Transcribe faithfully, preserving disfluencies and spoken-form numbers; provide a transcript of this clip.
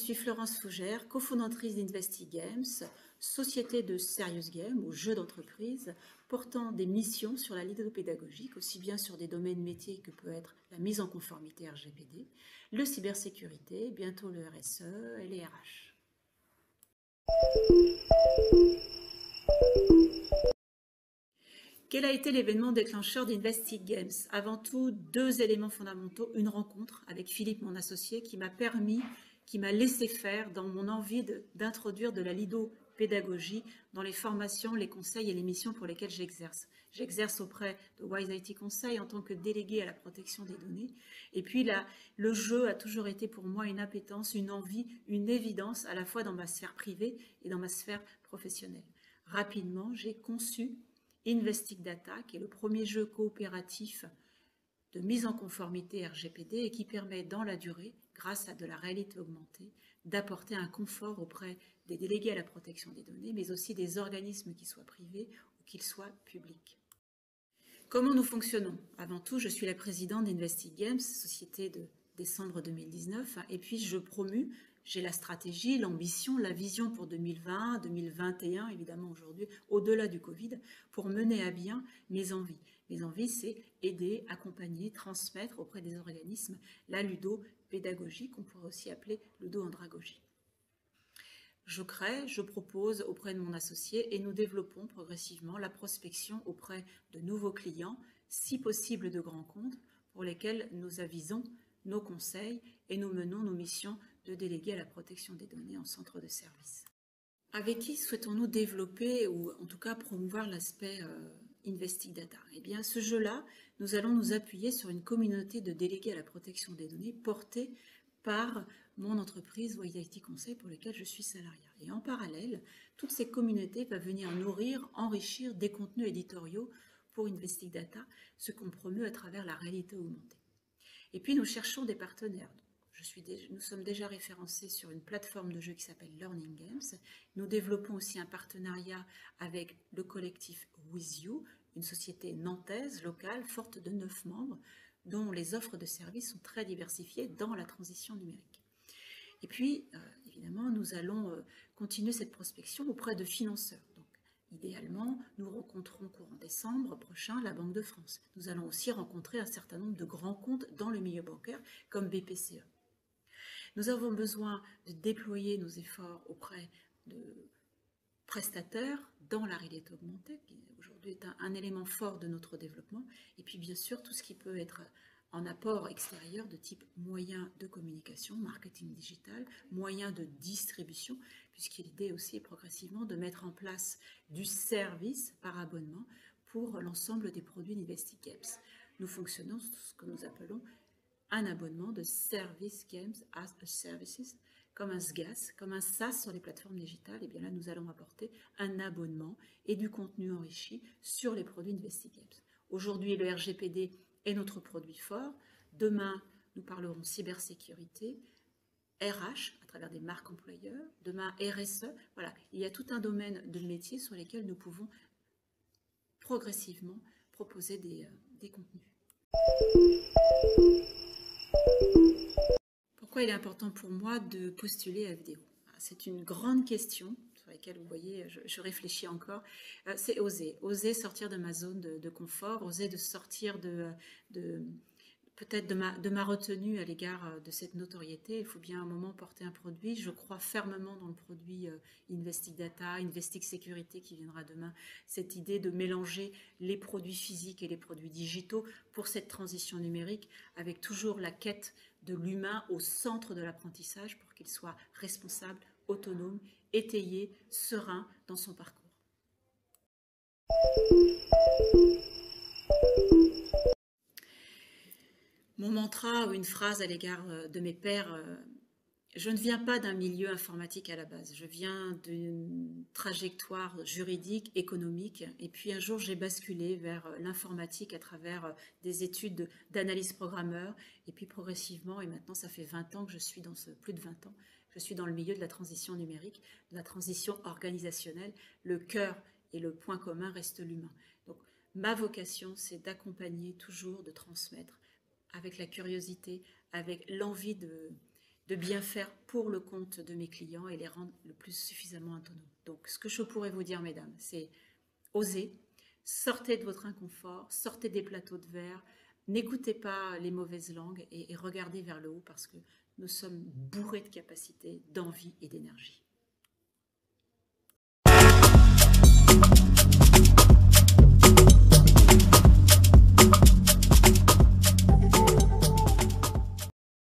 suis Florence Fougère, cofondatrice d'Investy Games, société de serious games ou jeux d'entreprise portant des missions sur la lido pédagogique, aussi bien sur des domaines métiers que peut être la mise en conformité R G P D, le cybersécurité, bientôt le R S E et les R H. Quel a été l'événement déclencheur d'Investy Games? Avant tout, deux éléments fondamentaux. Une rencontre avec Philippe, mon associé, qui m'a permis, qui m'a laissé faire dans mon envie d'introduire de, de la lido-pédagogie dans les formations, les conseils et les missions pour lesquelles j'exerce. J'exerce auprès de Wise I T Conseil en tant que déléguée à la protection des données. Et puis là, le jeu a toujours été pour moi une appétence, une envie, une évidence, à la fois dans ma sphère privée et dans ma sphère professionnelle. Rapidement, j'ai conçu Investic Data, qui est le premier jeu coopératif de mise en conformité R G P D et qui permet dans la durée, grâce à de la réalité augmentée, d'apporter un confort auprès des délégués à la protection des données, mais aussi des organismes qui soient privés ou qu'ils soient publics. Comment nous fonctionnons? Avant tout, je suis la présidente d'Investy Games, société de décembre deux mille dix-neuf, et puis je promue. J'ai la stratégie, l'ambition, la vision pour deux mille vingt, deux mille vingt et un, évidemment aujourd'hui, au-delà du Covid, pour mener à bien mes envies. Mes envies, c'est aider, accompagner, transmettre auprès des organismes la ludo-pédagogie, qu'on pourrait aussi appeler ludo-andragogie. Je crée, je propose auprès de mon associé et nous développons progressivement la prospection auprès de nouveaux clients, si possible de grands comptes, pour lesquels nous avisons nos conseils et nous menons nos missions de délégués à la protection des données en centre de service. Avec qui souhaitons-nous développer ou en tout cas promouvoir l'aspect euh, Investic Data? Eh bien, ce jeu-là, nous allons nous appuyer sur une communauté de délégués à la protection des données portée par mon entreprise Wise I T Conseil pour laquelle je suis salariée. Et en parallèle, toutes ces communautés vont venir nourrir, enrichir des contenus éditoriaux pour Investic Data, ce qu'on promeut à travers la réalité augmentée. Et puis, nous cherchons des partenaires. Je suis déjà, nous sommes déjà référencés sur une plateforme de jeu qui s'appelle Learning Games. Nous développons aussi un partenariat avec le collectif With You, une société nantaise, locale, forte de neuf membres, dont les offres de services sont très diversifiées dans la transition numérique. Et puis, euh, évidemment, nous allons euh, continuer cette prospection auprès de financeurs. Donc, idéalement, nous rencontrons courant décembre prochain la Banque de France. Nous allons aussi rencontrer un certain nombre de grands comptes dans le milieu bancaire, comme B P C E. Nous avons besoin de déployer nos efforts auprès de prestataires dans la réalité augmentée, qui aujourd'hui est un, un élément fort de notre développement, et puis bien sûr tout ce qui peut être en apport extérieur de type moyens de communication, marketing digital, moyens de distribution, puisque l'idée aussi est progressivement de mettre en place du service par abonnement pour l'ensemble des produits d'Investy Games. Nous fonctionnons sur ce que nous appelons un abonnement de Service Games as a Services, comme un S G A S, comme un SaaS sur les plateformes digitales. Et bien là, nous allons apporter un abonnement et du contenu enrichi sur les produits Investy Games. Aujourd'hui, le R G P D est notre produit fort. Demain, nous parlerons cybersécurité, R H, à travers des marques employeurs. Demain, R S E. Voilà, il y a tout un domaine de métiers sur lesquels nous pouvons progressivement proposer des, euh, des contenus. Pourquoi il est important pour moi de postuler à Vidéo? C'est une grande question sur laquelle, vous voyez, je, je réfléchis encore. Euh, c'est oser. Oser sortir de ma zone de, de confort, oser de sortir de, de peut-être de ma, de ma retenue à l'égard de cette notoriété. Il faut bien un moment porter un produit. Je crois fermement dans le produit euh, Investic Data, Investic Sécurité qui viendra demain. Cette idée de mélanger les produits physiques et les produits digitaux pour cette transition numérique avec toujours la quête de l'humain au centre de l'apprentissage pour qu'il soit responsable, autonome, étayé, serein dans son parcours. Mon mantra ou une phrase à l'égard de mes pairs, je ne viens pas d'un milieu informatique à la base, je viens d'une trajectoire juridique, économique, et puis un jour j'ai basculé vers l'informatique à travers des études d'analyse programmeur, et puis progressivement, et maintenant ça fait vingt ans que je suis dans ce, plus de vingt ans, je suis dans le milieu de la transition numérique, de la transition organisationnelle, le cœur et le point commun reste l'humain. Donc ma vocation, c'est d'accompagner toujours, de transmettre, avec la curiosité, avec l'envie de, de bien faire pour le compte de mes clients et les rendre le plus suffisamment autonomes. Donc, ce que je pourrais vous dire, mesdames, c'est osez, sortez de votre inconfort, sortez des plateaux de verre, n'écoutez pas les mauvaises langues et, et regardez vers le haut parce que nous sommes bourrés de capacités, d'envie et d'énergie.